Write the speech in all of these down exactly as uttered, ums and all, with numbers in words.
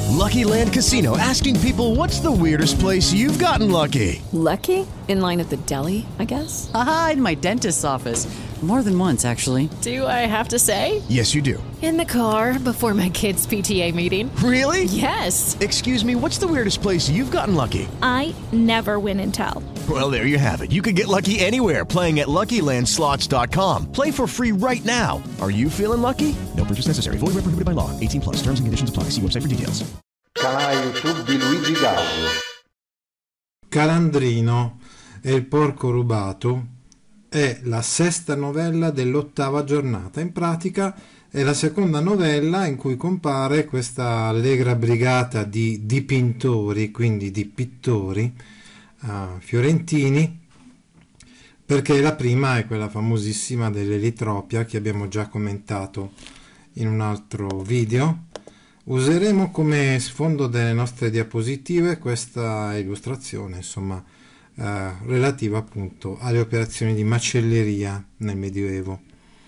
Lucky Land Casino, asking people, what's the weirdest place you've gotten lucky? Lucky? In line at the deli, I guess? Aha, in my dentist's office. More than once, actually. Do I have to say? Yes, you do. In the car before my kids' P T A meeting. Really? Yes. Excuse me, what's the weirdest place you've gotten lucky? I never win and tell. Well, there you have it. You can get lucky anywhere, playing at Lucky Land Slots dot com. Play for free right now. Are you feeling lucky? No purchase necessary. Void where prohibited by law. eighteen plus. Terms and conditions apply. See website for details. Canale YouTube di Luigi Gaudio. Calandrino e il porco rubato è la sesta novella dell'ottava giornata. In pratica è la seconda novella in cui compare questa allegra brigata di dipintori, quindi di pittori uh, fiorentini, perché la prima è quella famosissima dell'Elitropia che abbiamo già commentato in un altro video. Useremo come sfondo delle nostre diapositive questa illustrazione, insomma, eh, relativa appunto alle operazioni di macelleria nel Medioevo.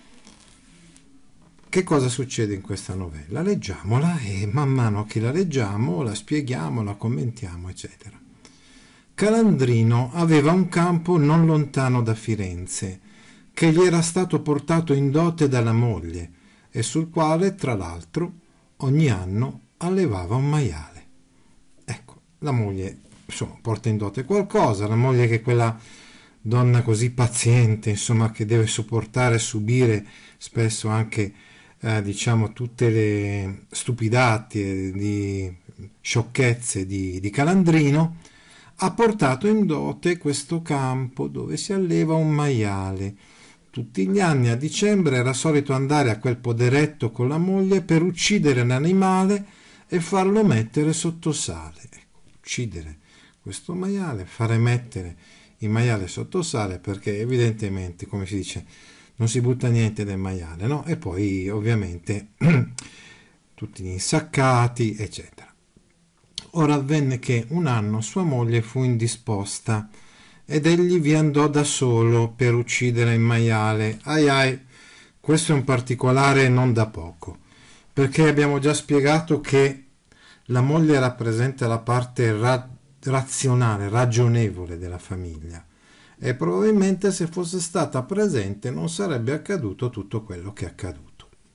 Che cosa succede in questa novella? Leggiamola e man mano che la leggiamo la spieghiamo, la commentiamo, eccetera. Calandrino aveva un campo non lontano da Firenze, che gli era stato portato in dote dalla moglie e sul quale, tra l'altro, ogni anno allevava un maiale. Ecco, la moglie, insomma, porta in dote qualcosa, la moglie che è quella donna così paziente, insomma, che deve sopportare e subire spesso anche, eh, diciamo, tutte le stupidate, di sciocchezze di, di Calandrino, ha portato in dote questo campo dove si alleva un maiale. Tutti gli anni a dicembre era solito andare a quel poderetto con la moglie per uccidere l'animale e farlo mettere sotto sale. Ecco, uccidere questo maiale, fare mettere il maiale sotto sale, perché evidentemente, come si dice, non si butta niente del maiale, no? E poi ovviamente tutti gli insaccati, eccetera. Ora avvenne che un anno sua moglie fu indisposta ed egli vi andò da solo per uccidere il maiale. Ai ai, questo è un particolare non da poco, perché abbiamo già spiegato che la moglie rappresenta la parte ra- razionale, ragionevole della famiglia, e probabilmente se fosse stata presente non sarebbe accaduto tutto quello che è accaduto.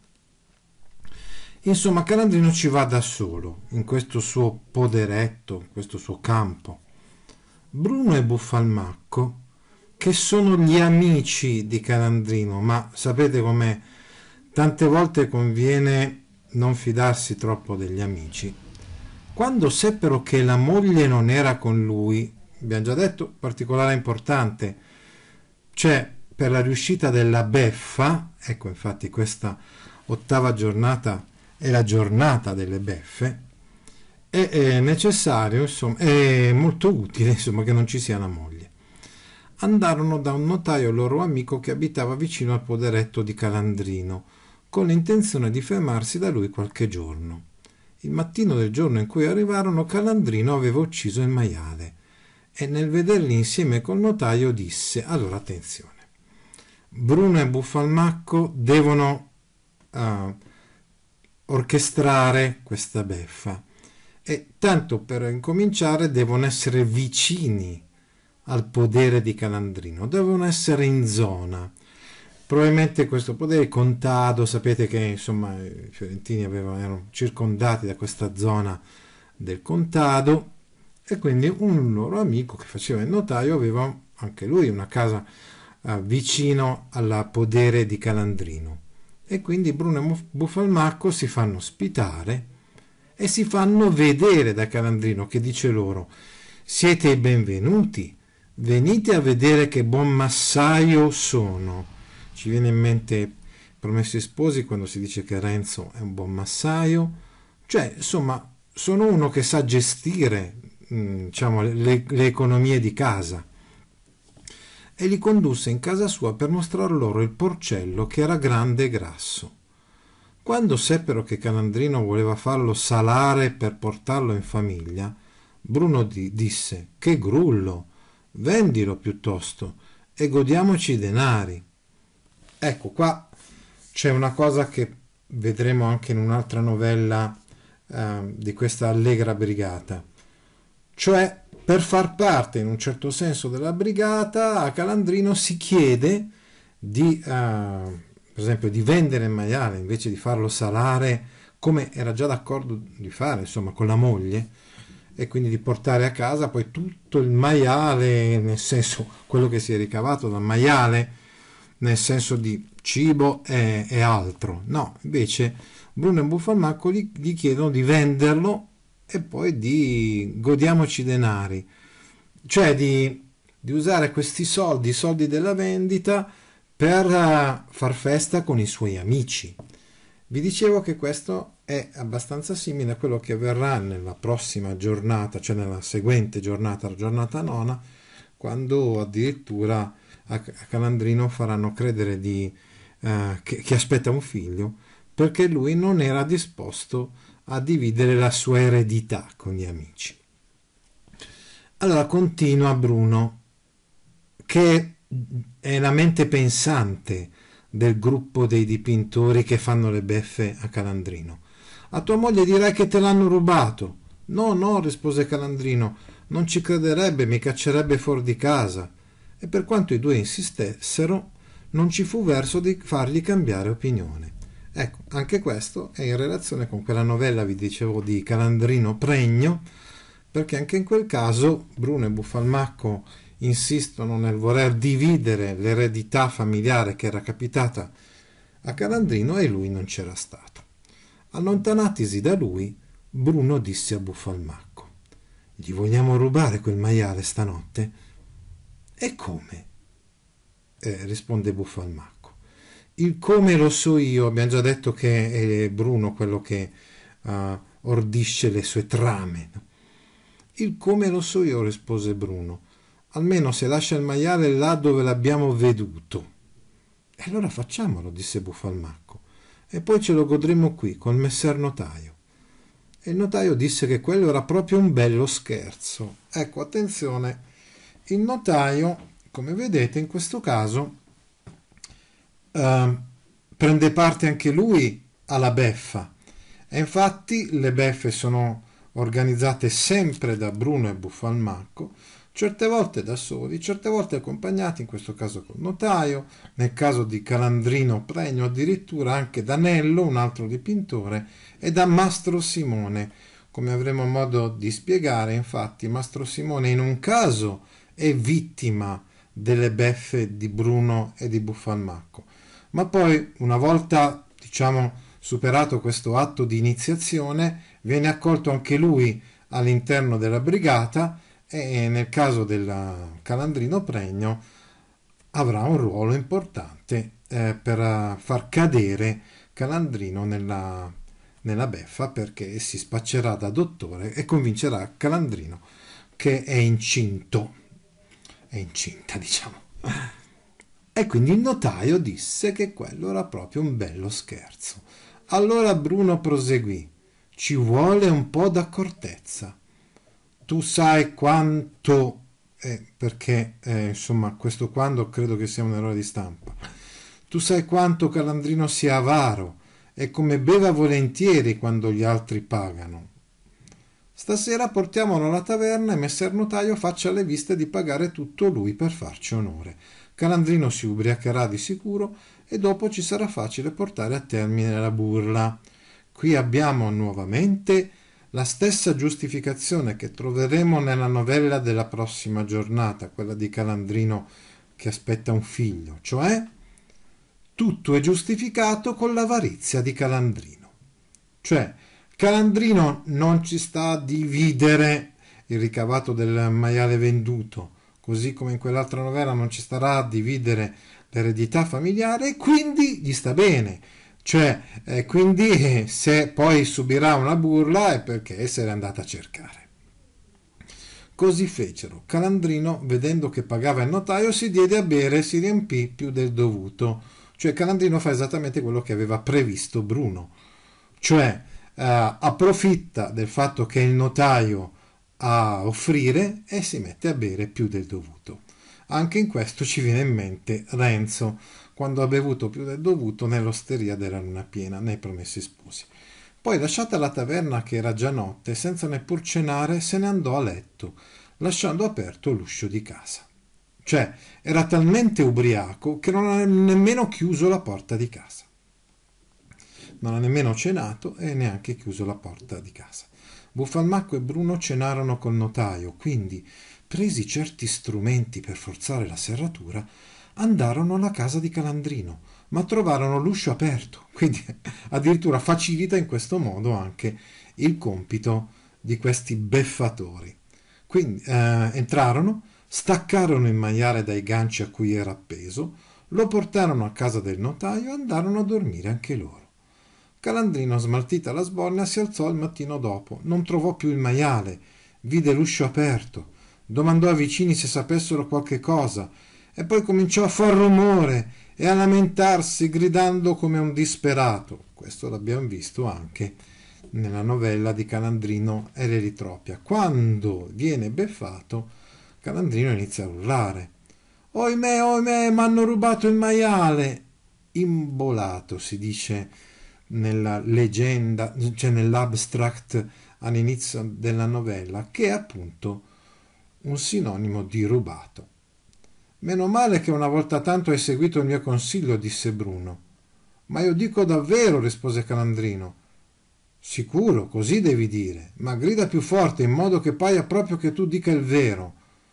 Insomma, Calandrino ci va da solo in questo suo poderetto, in questo suo campo. Bruno e Buffalmacco, che sono gli amici di Calandrino, ma sapete com'è? Tante volte conviene non fidarsi troppo degli amici. Quando seppero che la moglie non era con lui, abbiamo già detto, particolare importante, cioè per la riuscita della beffa, ecco infatti questa ottava giornata è la giornata delle beffe, è, è necessario, insomma, è molto utile, insomma, che non ci sia la moglie. Andarono da un notaio loro amico che abitava vicino al poderetto di Calandrino, con l'intenzione di fermarsi da lui qualche giorno. Il mattino del giorno in cui arrivarono, Calandrino aveva ucciso il maiale e nel vederli insieme col notaio disse: allora attenzione, Bruno e Buffalmacco devono uh, orchestrare questa beffa e tanto per incominciare devono essere vicini al podere di Calandrino, devono essere in zona. Probabilmente questo podere contado, sapete che insomma i fiorentini avevano, erano circondati da questa zona del contado, e quindi un loro amico che faceva il notaio aveva anche lui una casa uh, vicino al podere di Calandrino, e quindi Bruno e Buffalmacco si fanno ospitare e si fanno vedere da Calandrino, che dice loro: siete i benvenuti, venite a vedere che buon massaio sono. Ci viene in mente Promessi Sposi quando si dice che Renzo è un buon massaio, cioè insomma sono uno che sa gestire mh, diciamo le, le economie di casa, e li condusse in casa sua per mostrar loro il porcello che era grande e grasso. Quando seppero che Calandrino voleva farlo salare per portarlo in famiglia, Bruno di- disse: che grullo, vendilo piuttosto e godiamoci i denari. Ecco, qua c'è una cosa che vedremo anche in un'altra novella eh, di questa allegra brigata. Cioè, per far parte in un certo senso della brigata, a Calandrino si chiede di, eh, per esempio, di vendere il maiale invece di farlo salare, come era già d'accordo di fare, insomma, con la moglie, e quindi di portare a casa poi tutto il maiale, nel senso quello che si è ricavato dal maiale, nel senso di cibo e, e altro. No, invece Bruno e Buffalmacco gli, gli chiedono di venderlo e poi di godiamoci i denari, cioè di, di usare questi soldi, i soldi della vendita, per uh, far festa con i suoi amici. Vi dicevo che questo è abbastanza simile a quello che avverrà nella prossima giornata, cioè nella seguente giornata, la giornata nona, quando addirittura a Calandrino faranno credere di, uh, che, che aspetta un figlio, perché lui non era disposto a dividere la sua eredità con gli amici. Allora continua Bruno, che è la mente pensante del gruppo dei dipintori che fanno le beffe a Calandrino. A tua moglie direi che te l'hanno rubato. No, no, rispose Calandrino, non ci crederebbe, mi caccerebbe fuori di casa. E per quanto i due insistessero, non ci fu verso di fargli cambiare opinione. Ecco, anche questo è in relazione con quella novella, vi dicevo, di Calandrino Pregno, perché anche in quel caso Bruno e Buffalmacco insistono nel voler dividere l'eredità familiare che era capitata a Calandrino e lui non c'era stato. Allontanatisi da lui, Bruno disse a Buffalmacco: gli vogliamo rubare quel maiale stanotte? E come? Eh, risponde Buffalmacco. Il come lo so io, abbiamo già detto che è Bruno quello che uh, ordisce le sue trame. Il come lo so io, rispose Bruno, almeno se lascia il maiale là dove l'abbiamo veduto. E allora facciamolo, disse Buffalmacco, e poi ce lo godremo qui col messer notaio. E il notaio disse che quello era proprio un bello scherzo. Ecco, attenzione, il notaio, come vedete, in questo caso Uh, prende parte anche lui alla beffa, e infatti le beffe sono organizzate sempre da Bruno e Buffalmacco, certe volte da soli, certe volte accompagnati, in questo caso col notaio, nel caso di Calandrino Pregno addirittura anche da Nello, un altro dipintore, e da Mastro Simone. Come avremo modo di spiegare, infatti, Mastro Simone in un caso è vittima delle beffe di Bruno e di Buffalmacco, ma poi, una volta, diciamo, superato questo atto di iniziazione, viene accolto anche lui all'interno della brigata e nel caso del Calandrino Pregno avrà un ruolo importante eh, per far cadere Calandrino nella, nella beffa, perché si spaccerà da dottore e convincerà Calandrino che è incinto, è incinta, diciamo. E quindi il notaio disse che quello era proprio un bello scherzo. Allora Bruno proseguì: ci vuole un po' d'accortezza. Tu sai quanto, eh, perché eh, insomma questo quando credo che sia un errore di stampa, tu sai quanto Calandrino sia avaro e come beva volentieri quando gli altri pagano. Stasera portiamolo alla taverna e messer notaio faccia le viste di pagare tutto lui per farci onore. Calandrino si ubriacherà di sicuro e dopo ci sarà facile portare a termine la burla. Qui abbiamo nuovamente la stessa giustificazione che troveremo nella novella della prossima giornata, quella di Calandrino che aspetta un figlio, cioè tutto è giustificato con l'avarizia di Calandrino. Cioè Calandrino non ci sta a dividere il ricavato del maiale venduto, così come in quell'altra novella non ci starà a dividere l'eredità familiare, e quindi gli sta bene. Cioè, eh, quindi eh, se poi subirà una burla è perché se l'è andata a cercare. Così fecero. Calandrino, vedendo che pagava il notaio, si diede a bere e si riempì più del dovuto. Cioè Calandrino fa esattamente quello che aveva previsto Bruno. Cioè, eh, approfitta del fatto che il notaio a offrire e si mette a bere più del dovuto. Anche in questo ci viene in mente Renzo, quando ha bevuto più del dovuto nell'osteria della luna piena, nei Promessi Sposi. Poi, lasciata la taverna che era già notte, senza neppur cenare, se ne andò a letto, lasciando aperto l'uscio di casa. Cioè, era talmente ubriaco che non ha nemmeno chiuso la porta di casa. Non ha nemmeno cenato e neanche chiuso la porta di casa. Buffalmacco e Bruno cenarono col notaio, quindi, presi certi strumenti per forzare la serratura, andarono alla casa di Calandrino, ma trovarono l'uscio aperto, quindi addirittura facilita in questo modo anche il compito di questi beffatori. Quindi eh, entrarono, staccarono il maiale dai ganci a cui era appeso, lo portarono a casa del notaio e andarono a dormire anche loro. Calandrino, smaltita la sbornia, si alzò il mattino dopo, non trovò più il maiale, vide l'uscio aperto, domandò ai vicini se sapessero qualche cosa e poi cominciò a far rumore e a lamentarsi gridando come un disperato. Questo l'abbiamo visto anche nella novella di Calandrino e l'Elitropia. Quando viene beffato, Calandrino inizia a urlare: «Oimè, oimè, m'hanno rubato il maiale!» Imbolato, si dice nella leggenda, cioè nell'abstract all'inizio della novella, che è appunto un sinonimo di rubato. «Meno male che una volta tanto hai seguito il mio consiglio», disse Bruno. «Ma io dico davvero», rispose Calandrino. «Sicuro, così devi dire, ma grida più forte in modo che paia proprio che tu dica il vero».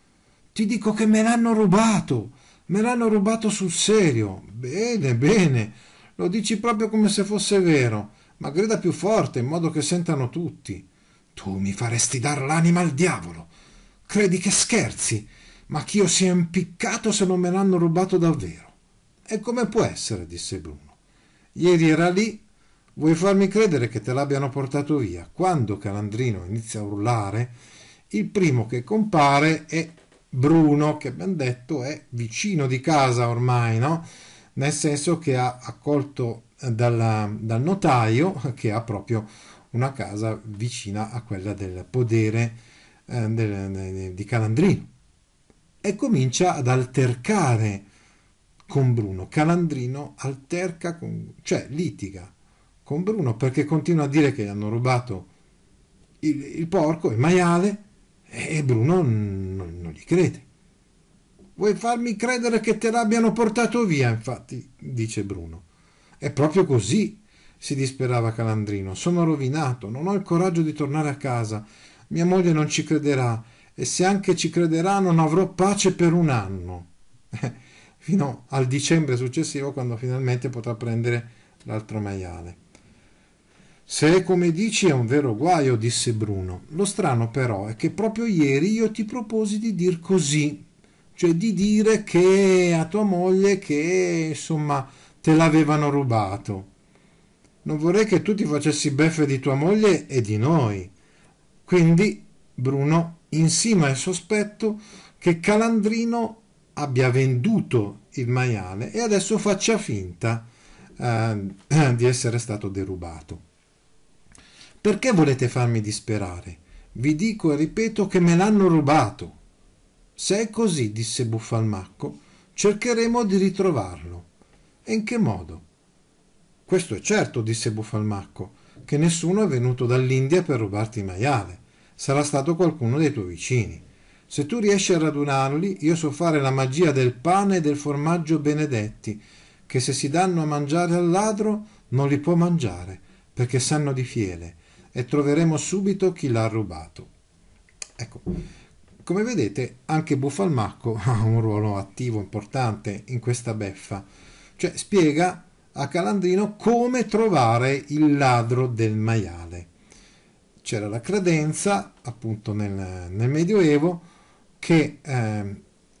«Ti dico che me l'hanno rubato, me l'hanno rubato sul serio». «Bene, bene, lo dici proprio come se fosse vero, ma grida più forte in modo che sentano tutti». «Tu mi faresti dar l'anima al diavolo. Credi che scherzi? Ma ch'io sia impiccato se non me l'hanno rubato davvero». «E come può essere?» disse Bruno. «Ieri era lì. Vuoi farmi credere che te l'abbiano portato via?» Quando Calandrino inizia a urlare, il primo che compare è Bruno, che abbiamo detto è vicino di casa ormai, no? Nel senso che ha accolto dalla, dal notaio, che ha proprio una casa vicina a quella del podere eh, del, de, di Calandrino, e comincia ad altercare con Bruno. Calandrino alterca, con, cioè litiga con Bruno perché continua a dire che gli hanno rubato il, il porco, il maiale, e Bruno non, non gli crede. «Vuoi farmi credere che te l'abbiano portato via?» infatti dice Bruno. «È proprio così», si disperava Calandrino. «Sono rovinato, non ho il coraggio di tornare a casa, mia moglie non ci crederà e se anche ci crederà non avrò pace per un anno». Fino al dicembre successivo, quando finalmente potrà prendere l'altro maiale. «Se è come dici è un vero guaio», disse Bruno. «Lo strano però è che proprio ieri io ti proposi di dir così, cioè di dire che a tua moglie che insomma te l'avevano rubato. Non vorrei che tu ti facessi beffe di tua moglie e di noi». Quindi Bruno insima il sospetto che Calandrino abbia venduto il maiale e adesso faccia finta eh, di essere stato derubato. «Perché volete farmi disperare? Vi dico e ripeto che me l'hanno rubato». «Se è così», disse Buffalmacco, «cercheremo di ritrovarlo». «E in che modo?» «Questo è certo», disse Buffalmacco, «che nessuno è venuto dall'India per rubarti il maiale. Sarà stato qualcuno dei tuoi vicini. Se tu riesci a radunarli, io so fare la magia del pane e del formaggio benedetti, che se si danno a mangiare al ladro non li può mangiare, perché sanno di fiele, e troveremo subito chi l'ha rubato». Ecco, come vedete anche Buffalmacco ha un ruolo attivo importante in questa beffa, cioè spiega a Calandrino come trovare il ladro del maiale. C'era la credenza, appunto nel, nel Medioevo, che eh,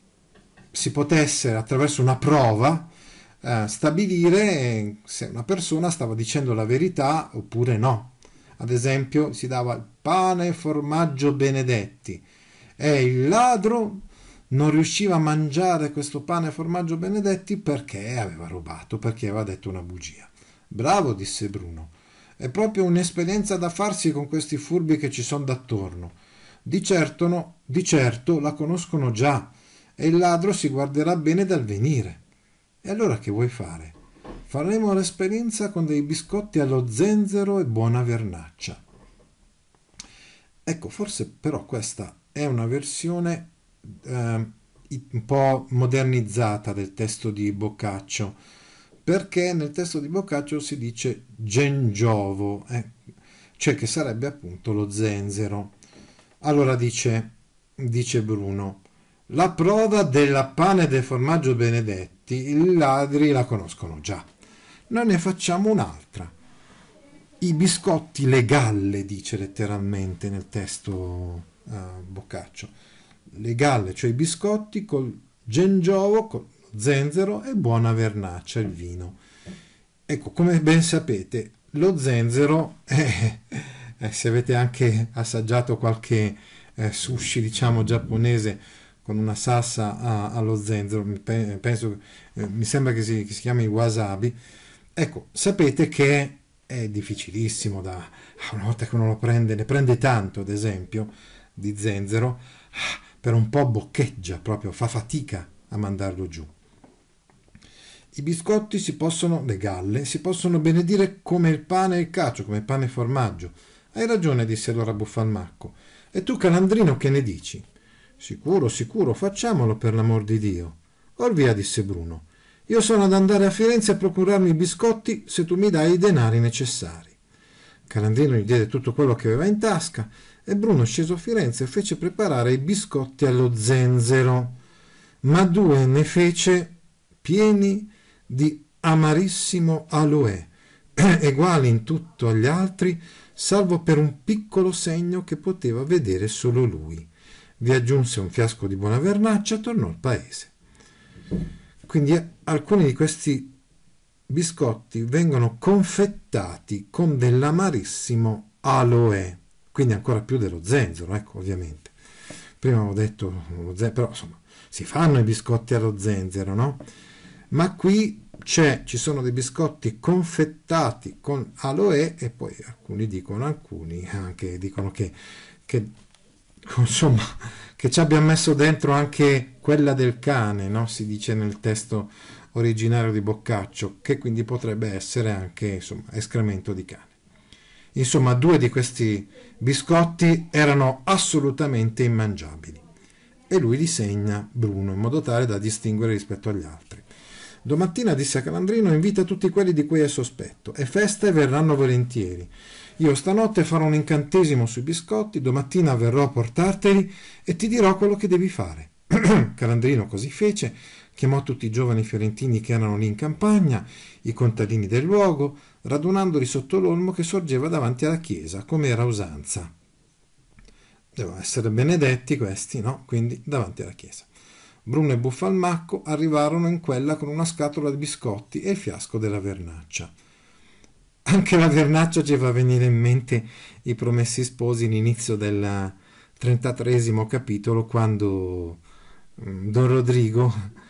si potesse attraverso una prova eh, stabilire se una persona stava dicendo la verità oppure no. Ad esempio si dava il pane e formaggio benedetti e il ladro non riusciva a mangiare questo pane e formaggio benedetti perché aveva rubato, perché aveva detto una bugia. «Bravo», disse Bruno, «è proprio un'esperienza da farsi con questi furbi che ci sono d'attorno. Di certo, no, di certo la conoscono già e il ladro si guarderà bene dal venire. E allora che vuoi fare? faremo l'esperienza con dei biscotti allo zenzero e buona vernaccia. Ecco, forse però questa è una versione eh, un po' modernizzata del testo di Boccaccio, perché nel testo di Boccaccio si dice gengiovo, eh, cioè che sarebbe appunto lo zenzero. Allora dice, dice Bruno, la prova della pane e del formaggio benedetti i ladri la conoscono già. Noi ne facciamo un'altra. I biscotti, le galle, dice letteralmente nel testo uh, Boccaccio. Le galle, cioè i biscotti col gengiovo, col zenzero e buona vernaccia, il vino. Ecco, come ben sapete, lo zenzero, eh, eh, se avete anche assaggiato qualche eh, sushi, diciamo, giapponese con una salsa a, allo zenzero, mi, penso, eh, mi sembra che si, che si chiami wasabi, ecco, sapete che è difficilissimo da, una volta che uno lo prende, ne prende tanto, ad esempio, di zenzero, per un po' boccheggia, proprio fa fatica a mandarlo giù. I biscotti si possono, le galle, si possono benedire come il pane e il cacio, come pane e formaggio. Hai ragione, disse allora Buffalmacco. E tu, Calandrino, che ne dici? Sicuro, sicuro, facciamolo per l'amor di Dio. Or via, disse Bruno. Io sono ad andare a Firenze a procurarmi i biscotti se tu mi dai i denari necessari. Calandrino gli diede tutto quello che aveva in tasca e Bruno, sceso a Firenze, fece preparare i biscotti allo zenzero, ma due ne fece pieni di amarissimo aloè, eguali in tutto agli altri, salvo per un piccolo segno che poteva vedere solo lui. Vi aggiunse un fiasco di buona vernaccia e tornò al paese. Quindi alcuni di questi biscotti vengono confettati con dell'amarissimo aloè, quindi ancora più dello zenzero, ecco, ovviamente. Prima avevo detto lo zenzero, però insomma si fanno i biscotti allo zenzero, no? Ma qui c'è, ci sono dei biscotti confettati con aloè e poi alcuni dicono, alcuni anche dicono che, che insomma, che ci abbia messo dentro anche quella del cane, no? Si dice nel testo originario di Boccaccio, che quindi potrebbe essere anche, insomma, escremento di cane. Insomma, due di questi biscotti erano assolutamente immangiabili e lui li segna, Bruno, in modo tale da distinguere rispetto agli altri. Domattina, disse a Calandrino, invita tutti quelli di cui è sospetto, è festa e verranno volentieri. Io stanotte farò un incantesimo sui biscotti, domattina verrò a portarteli e ti dirò quello che devi fare. Calandrino così fece, chiamò tutti i giovani fiorentini che erano lì in campagna, i contadini del luogo, radunandoli sotto l'olmo che sorgeva davanti alla chiesa, come era usanza. Devono essere benedetti questi, no? Quindi davanti alla chiesa. Bruno e Buffalmacco arrivarono in quella con una scatola di biscotti e il fiasco della vernaccia. Anche la vernaccia ci fa venire in mente i Promessi Sposi all'inizio del trentatreesimo capitolo, quando Don Rodrigo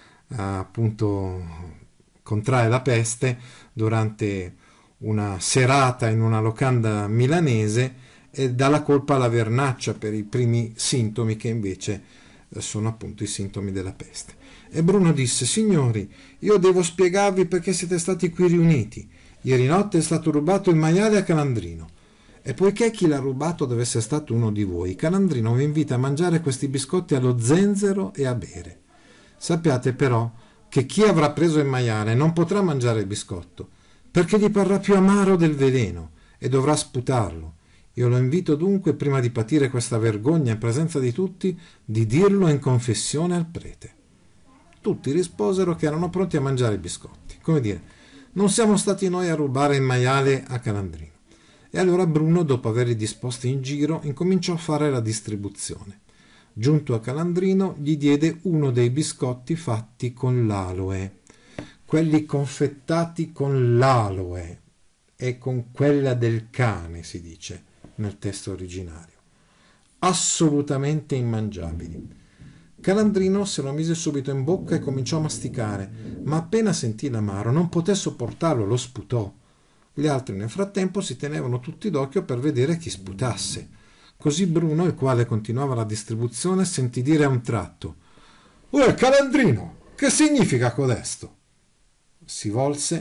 appunto contrae la peste durante una serata in una locanda milanese e dà la colpa alla vernaccia per i primi sintomi che invece sono appunto i sintomi della peste. E Bruno disse: signori, io devo spiegarvi perché siete stati qui riuniti. Ieri notte è stato rubato il maiale a Calandrino e poiché chi l'ha rubato deve essere stato uno di voi, Calandrino vi invita a mangiare questi biscotti allo zenzero e a bere. Sappiate però che chi avrà preso il maiale non potrà mangiare il biscotto, perché gli parrà più amaro del veleno e dovrà sputarlo. Io lo invito dunque, prima di patire questa vergogna in presenza di tutti, di dirlo in confessione al prete. Tutti risposero che erano pronti a mangiare i biscotti. Come dire, non siamo stati noi a rubare il maiale a Calandrino. E allora Bruno, dopo averli disposti in giro, incominciò a fare la distribuzione. Giunto a Calandrino, gli diede uno dei biscotti fatti con l'aloe, quelli confettati con l'aloe e con quella del cane, si dice nel testo originario. Assolutamente immangiabili. Calandrino se lo mise subito in bocca e cominciò a masticare, ma appena sentì l'amaro non poté sopportarlo, lo sputò. Gli altri nel frattempo si tenevano tutti d'occhio per vedere chi sputasse. Così Bruno, il quale continuava la distribuzione, sentì dire a un tratto: «Uè, Calandrino, che significa codesto?» Si volse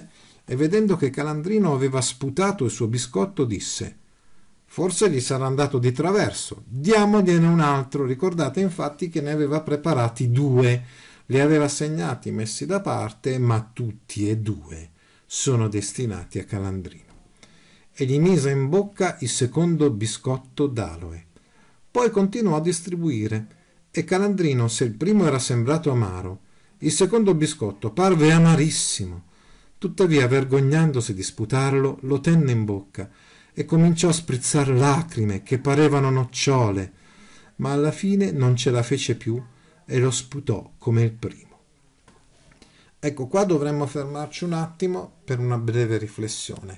e vedendo che Calandrino aveva sputato il suo biscotto disse: forse gli sarà andato di traverso, diamogliene un altro. Ricordate infatti che ne aveva preparati due, li aveva segnati, messi da parte, ma tutti e due sono destinati a Calandrino. E gli mise in bocca il secondo biscotto d'aloe. Poi continuò a distribuire, e Calandrino, se il primo era sembrato amaro, il secondo biscotto parve amarissimo. Tuttavia, vergognandosi di sputarlo, lo tenne in bocca e cominciò a sprizzar lacrime che parevano nocciole, ma alla fine non ce la fece più e lo sputò come il primo. Ecco, qua dovremmo fermarci un attimo per una breve riflessione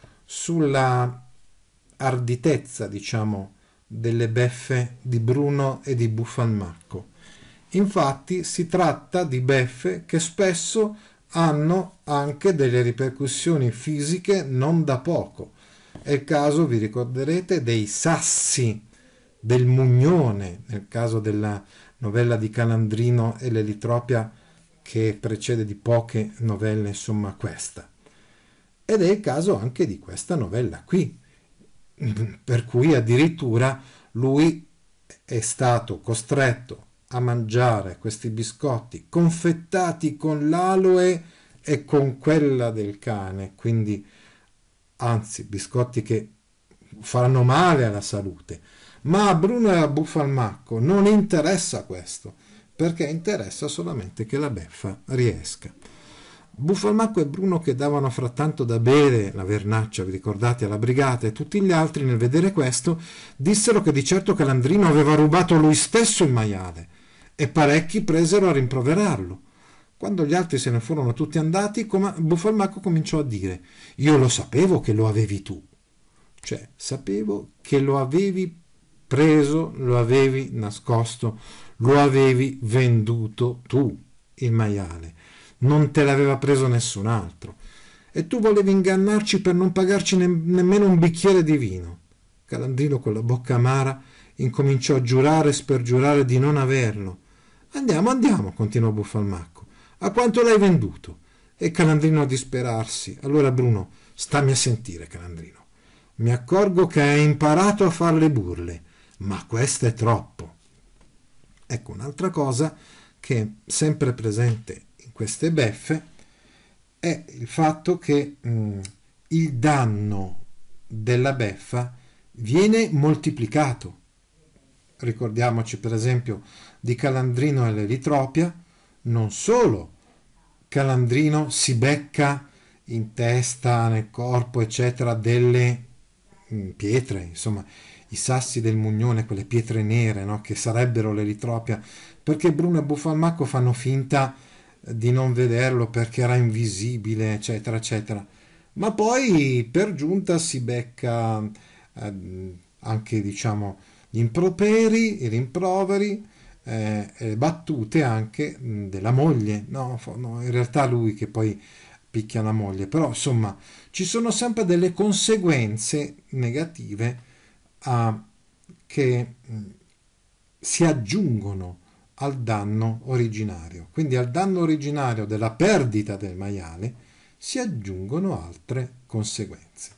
sulla arditezza, diciamo, delle beffe di Bruno e di Buffalmacco. Infatti si tratta di beffe che spesso hanno anche delle ripercussioni fisiche non da poco. È il caso, vi ricorderete, dei sassi del Mugnone, nel caso della novella di Calandrino e l'Elitropia che precede di poche novelle, insomma, questa. Ed è il caso anche di questa novella qui, per cui addirittura lui è stato costretto a mangiare questi biscotti confettati con l'aloe e con quella del cane, quindi anzi biscotti che faranno male alla salute. Ma a Bruno e a Buffalmacco non interessa questo, perché interessa solamente che la beffa riesca. Buffalmacco e Bruno, che davano frattanto da bere la vernaccia, vi ricordate, alla brigata, e tutti gli altri, nel vedere questo, dissero che di certo Calandrino aveva rubato lui stesso il maiale, e parecchi presero a rimproverarlo. Quando gli altri se ne furono tutti andati, Buffalmacco cominciò a dire: io lo sapevo che lo avevi tu, cioè sapevo che lo avevi preso, lo avevi nascosto, lo avevi venduto tu il maiale, non te l'aveva preso nessun altro, e tu volevi ingannarci per non pagarci ne- nemmeno un bicchiere di vino. Calandrino, con la bocca amara, incominciò a giurare e spergiurare di non averlo. Andiamo, andiamo, continuò Buffalmacco. A quanto l'hai venduto? E Calandrino a disperarsi. Allora Bruno: stammi a sentire, Calandrino. Mi accorgo che hai imparato a far le burle, ma questo è troppo. Ecco, un'altra cosa che è sempre presente in queste beffe è il fatto che mh, il danno della beffa viene moltiplicato. Ricordiamoci per esempio di Calandrino e l'Elitropia. Non solo Calandrino si becca in testa, nel corpo, eccetera, delle mh, pietre, insomma, i sassi del Mugnone, quelle pietre nere, no? Che sarebbero l'Elitropia, perché Bruno e Buffalmacco fanno finta di non vederlo perché era invisibile, eccetera, eccetera. Ma poi per giunta si becca eh, anche, diciamo, gli improperi, i rimproveri, eh, le battute anche mh, della moglie. No, no, in realtà lui che poi picchia la moglie, però insomma ci sono sempre delle conseguenze negative a, che mh, si aggiungono al danno originario. Quindi al danno originario della perdita del maiale si aggiungono altre conseguenze.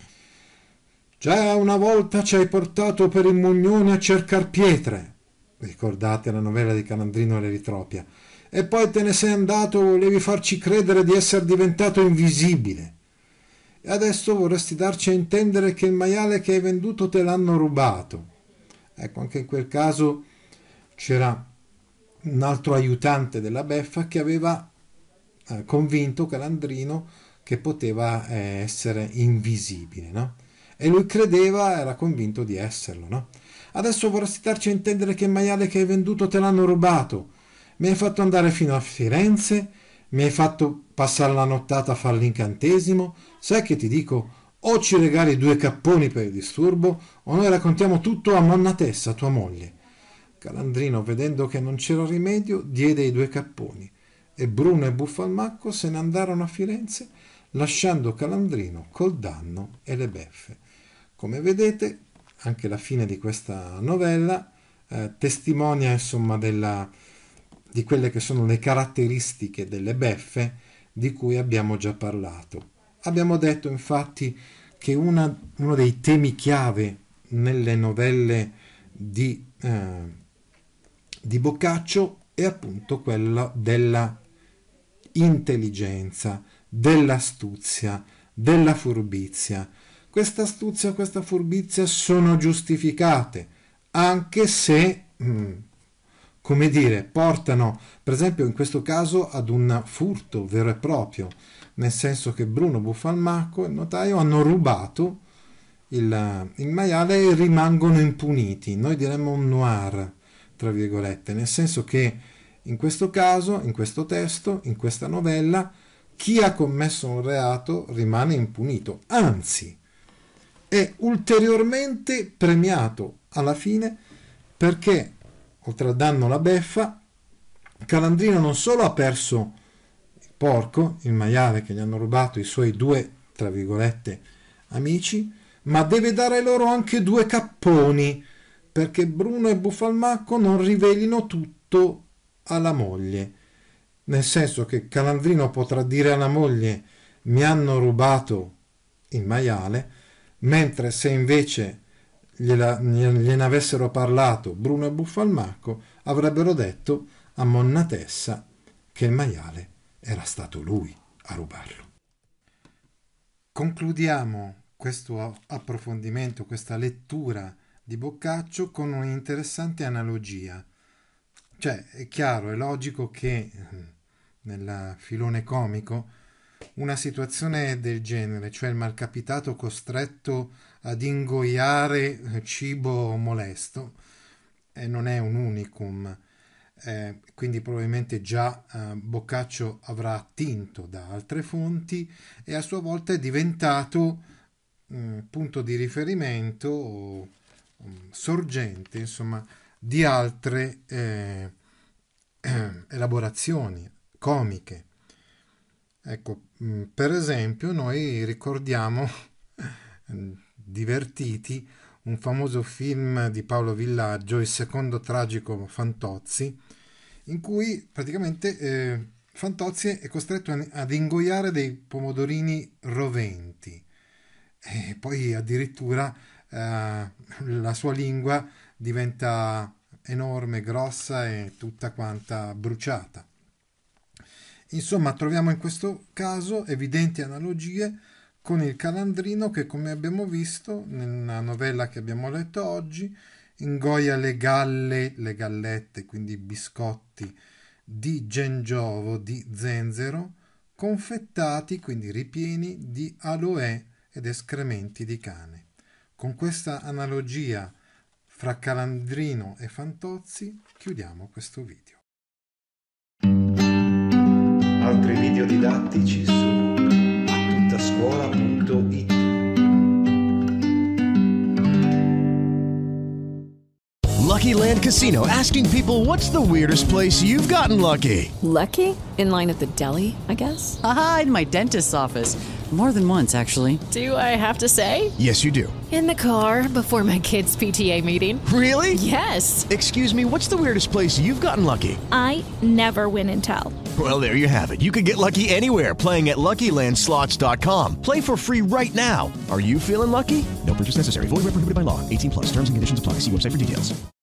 Già una volta ci hai portato per il Mugnone a cercar pietre, ricordate la novella di Calandrino e l'Elitropia, e poi te ne sei andato, volevi farci credere di essere diventato invisibile. E adesso vorresti darci a intendere che il maiale che hai venduto te l'hanno rubato. Ecco, anche in quel caso c'era un altro aiutante della beffa che aveva eh, convinto Calandrino che poteva eh, essere invisibile, no? E lui credeva, era convinto di esserlo, no? Adesso vorresti darci a intendere che il maiale che hai venduto te l'hanno rubato. Mi hai fatto andare fino a Firenze, mi hai fatto passare la nottata a fare l'incantesimo. Sai che ti dico? O ci regali due capponi per il disturbo, o noi raccontiamo tutto a Monna Tessa, tua moglie. Calandrino, vedendo che non c'era rimedio, diede i due capponi, e Bruno e Buffalmacco se ne andarono a Firenze, lasciando Calandrino col danno e le beffe. Come vedete, anche la fine di questa novella eh, testimonia, insomma, della, di quelle che sono le caratteristiche delle beffe di cui abbiamo già parlato. Abbiamo detto infatti che una, uno dei temi chiave nelle novelle di, eh, di Boccaccio è appunto quello della intelligenza, dell'astuzia, della furbizia. Questa astuzia, questa furbizia sono giustificate, anche se, mh, come dire, portano, per esempio in questo caso, ad un furto vero e proprio, nel senso che Bruno Buffalmacco e il notaio hanno rubato il, il maiale e rimangono impuniti. Noi diremmo un noir, tra virgolette, nel senso che in questo caso, in questo testo, in questa novella, chi ha commesso un reato rimane impunito, anzi è ulteriormente premiato alla fine, perché oltre al danno alla beffa, Calandrino non solo ha perso il porco, il maiale che gli hanno rubato i suoi due, tra virgolette, amici, ma deve dare loro anche due capponi, perché Bruno e Buffalmacco non rivelino tutto alla moglie, nel senso che Calandrino potrà dire alla moglie mi hanno rubato il maiale, mentre se invece gliela, gliene avessero parlato Bruno e Buffalmacco avrebbero detto a Monna Tessa che il maiale era stato lui a rubarlo. Concludiamo questo approfondimento, questa lettura di Boccaccio con un'interessante analogia. Cioè, è chiaro, è logico che nel filone comico una situazione del genere, cioè il malcapitato costretto ad ingoiare cibo molesto, eh, non è un unicum, eh, quindi probabilmente già eh, Boccaccio avrà attinto da altre fonti e a sua volta è diventato eh, punto di riferimento o um, sorgente, insomma, di altre eh, eh, elaborazioni comiche. Ecco, mh, per esempio noi ricordiamo divertiti un famoso film di Paolo Villaggio, Il secondo tragico Fantozzi, in cui praticamente eh, Fantozzi è costretto ad ingoiare dei pomodorini roventi e poi addirittura eh, la sua lingua diventa enorme, grossa e tutta quanta bruciata. Insomma, troviamo in questo caso evidenti analogie con il Calandrino che, come abbiamo visto nella novella che abbiamo letto oggi, ingoia le galle, le gallette, quindi i biscotti di gengiovo, di zenzero, confettati, quindi ripieni di aloè ed escrementi di cane. Con questa analogia fra Calandrino e Fantozzi chiudiamo questo video. Altri video didattici su attuttascuola punto it. Lucky Land Casino, asking people, what's the weirdest place you've gotten lucky? Lucky? In line at the deli, I guess? Aha, in my dentist's office. More than once, actually. Do I have to say? Yes, you do. In the car before my kids' P T A meeting. Really? Yes. Excuse me, what's the weirdest place you've gotten lucky? I never win and tell. Well, there you have it. You can get lucky anywhere, playing at Lucky Land Slots dot com. Play for free right now. Are you feeling lucky? No purchase necessary. Void where prohibited by law. eighteen plus. Terms and conditions apply. See website for details.